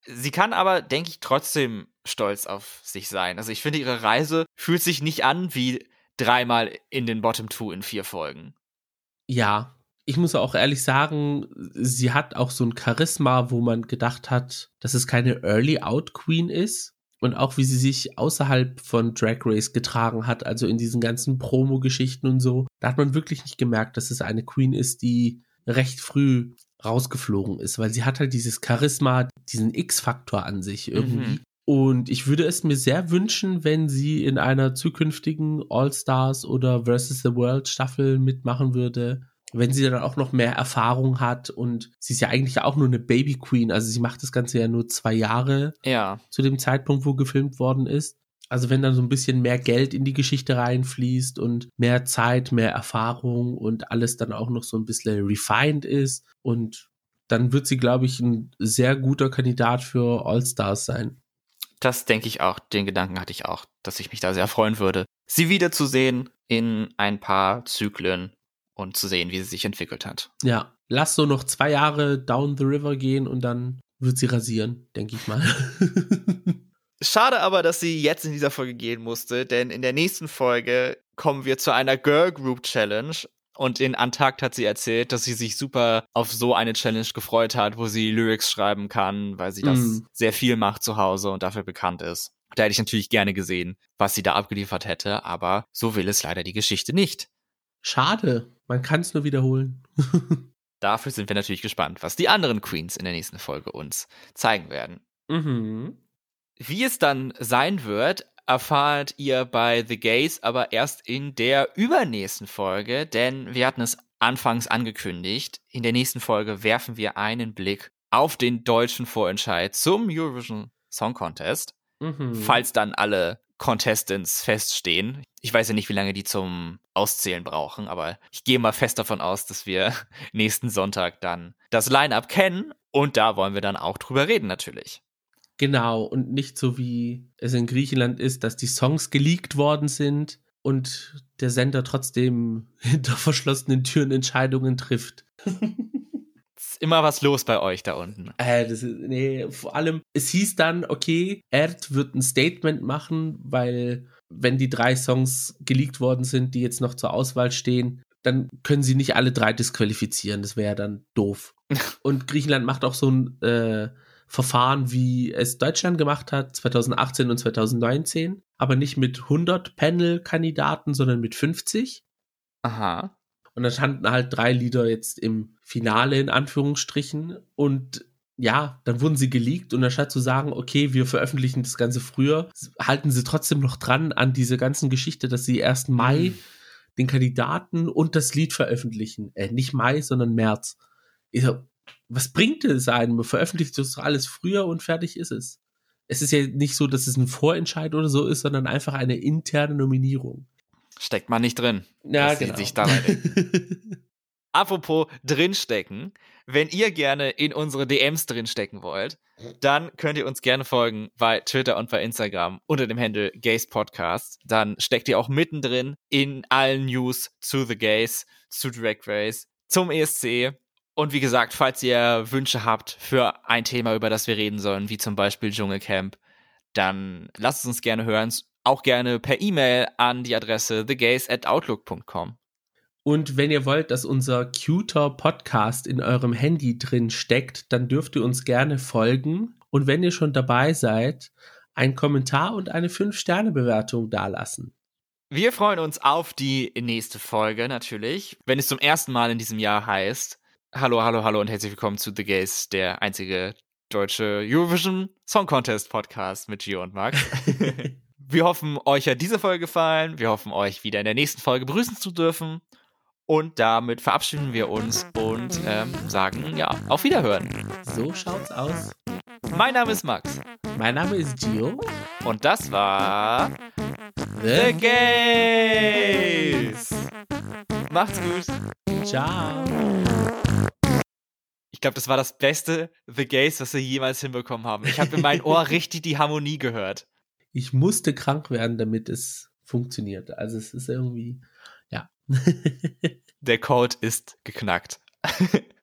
Sie kann aber, denke ich, trotzdem stolz auf sich sein. Also ich finde, ihre Reise fühlt sich nicht an wie dreimal in den Bottom Two in vier Folgen. Ja, ich muss auch ehrlich sagen, sie hat auch so ein Charisma, wo man gedacht hat, dass es keine Early-Out-Queen ist. Und auch wie sie sich außerhalb von Drag Race getragen hat, also in diesen ganzen Promo-Geschichten und so, da hat man wirklich nicht gemerkt, dass es eine Queen ist, die recht früh rausgeflogen ist, weil sie hat halt dieses Charisma, diesen X-Faktor an sich irgendwie. Mhm. Und ich würde es mir sehr wünschen, wenn sie in einer zukünftigen All-Stars oder Versus the World Staffel mitmachen würde, wenn sie dann auch noch mehr Erfahrung hat, und sie ist ja eigentlich auch nur eine Baby Queen, also sie macht das Ganze ja nur zwei Jahre ja. zu dem Zeitpunkt, wo gefilmt worden ist. Also wenn dann so ein bisschen mehr Geld in die Geschichte reinfließt und mehr Zeit, mehr Erfahrung und alles dann auch noch so ein bisschen refined ist, und dann wird sie, glaube ich, ein sehr guter Kandidat für All-Stars sein. Das denke ich auch, den Gedanken hatte ich auch, dass ich mich da sehr freuen würde, sie wiederzusehen in ein paar Zyklen und zu sehen, wie sie sich entwickelt hat. Ja, lass so noch zwei Jahre down the river gehen und dann wird sie rasieren, denke ich mal. Schade aber, dass sie jetzt in dieser Folge gehen musste, denn in der nächsten Folge kommen wir zu einer Girl Group Challenge. Und in Antakt hat sie erzählt, dass sie sich super auf so eine Challenge gefreut hat, wo sie Lyrics schreiben kann, weil sie das mm. sehr viel macht zu Hause und dafür bekannt ist. Da hätte ich natürlich gerne gesehen, was sie da abgeliefert hätte, aber so will es leider die Geschichte nicht. Schade, man kann es nur wiederholen. Dafür sind wir natürlich gespannt, was die anderen Queens in der nächsten Folge uns zeigen werden. Mhm. Wie es dann sein wird, erfahrt ihr bei The Gays aber erst in der übernächsten Folge, denn wir hatten es anfangs angekündigt. In der nächsten Folge werfen wir einen Blick auf den deutschen Vorentscheid zum Eurovision Song Contest, mhm. falls dann alle Contestants feststehen. Ich weiß ja nicht, wie lange die zum Auszählen brauchen, aber ich gehe mal fest davon aus, dass wir nächsten Sonntag dann das Line-Up kennen, und da wollen wir dann auch drüber reden natürlich. Genau, und nicht so wie es in Griechenland ist, dass die Songs geleakt worden sind und der Sender trotzdem hinter verschlossenen Türen Entscheidungen trifft. Ist immer was los bei euch da unten. Äh, das ist, nee, vor allem, es hieß dann, okay, Erd wird ein Statement machen, weil wenn die drei Songs geleakt worden sind, die jetzt noch zur Auswahl stehen, dann können sie nicht alle drei disqualifizieren. Das wäre ja dann doof. Und Griechenland macht auch so ein äh, Verfahren, wie es Deutschland gemacht hat, zwanzig achtzehn und zwanzig neunzehn, aber nicht mit hundert Panel-Kandidaten, sondern mit fünfzig. Aha. Und da standen halt drei Lieder jetzt im Finale, in Anführungsstrichen. Und ja, dann wurden sie geleakt, und anstatt zu sagen, okay, wir veröffentlichen das Ganze früher, halten sie trotzdem noch dran an diese ganzen Geschichte, dass sie erst Mai den Kandidaten und das Lied veröffentlichen. Äh, nicht Mai, sondern März. Ich so, was bringt es einem? Man veröffentlicht das alles früher und fertig ist es. Es ist ja nicht so, dass es ein Vorentscheid oder so ist, sondern einfach eine interne Nominierung. Steckt man nicht drin. Ja, genau. Sich da Apropos drinstecken, wenn ihr gerne in unsere D Ms drinstecken wollt, dann könnt ihr uns gerne folgen bei Twitter und bei Instagram unter dem Handle Gays Podcast. Dann steckt ihr auch mittendrin in allen News zu The Gays, zu Drag Race, zum E S C. Und wie gesagt, falls ihr Wünsche habt für ein Thema, über das wir reden sollen, wie zum Beispiel Dschungelcamp, dann lasst es uns gerne hören. Auch gerne per E-Mail an die Adresse the gays at outlook dot com. Und wenn ihr wollt, dass unser cuter Podcast in eurem Handy drin steckt, dann dürft ihr uns gerne folgen. Und wenn ihr schon dabei seid, einen Kommentar und eine fünf Sterne Bewertung dalassen. Wir freuen uns auf die nächste Folge natürlich, wenn es zum ersten Mal in diesem Jahr heißt: Hallo, hallo, hallo und herzlich willkommen zu The Gays, der einzige deutsche Eurovision Song Contest Podcast mit Gio und Max. Wir hoffen, euch hat diese Folge gefallen. Wir hoffen, euch wieder in der nächsten Folge begrüßen zu dürfen. Und damit verabschieden wir uns und ähm, sagen, ja, auf Wiederhören. So schaut's aus. Mein Name ist Max. Mein Name ist Gio. Und das war The, The Gays. Macht's gut. Ciao. Ich glaube, das war das beste The Gays, was wir jemals hinbekommen haben. Ich habe in mein Ohr richtig die Harmonie gehört. Ich musste krank werden, damit es funktioniert. Also es ist irgendwie, ja. Der Code ist geknackt.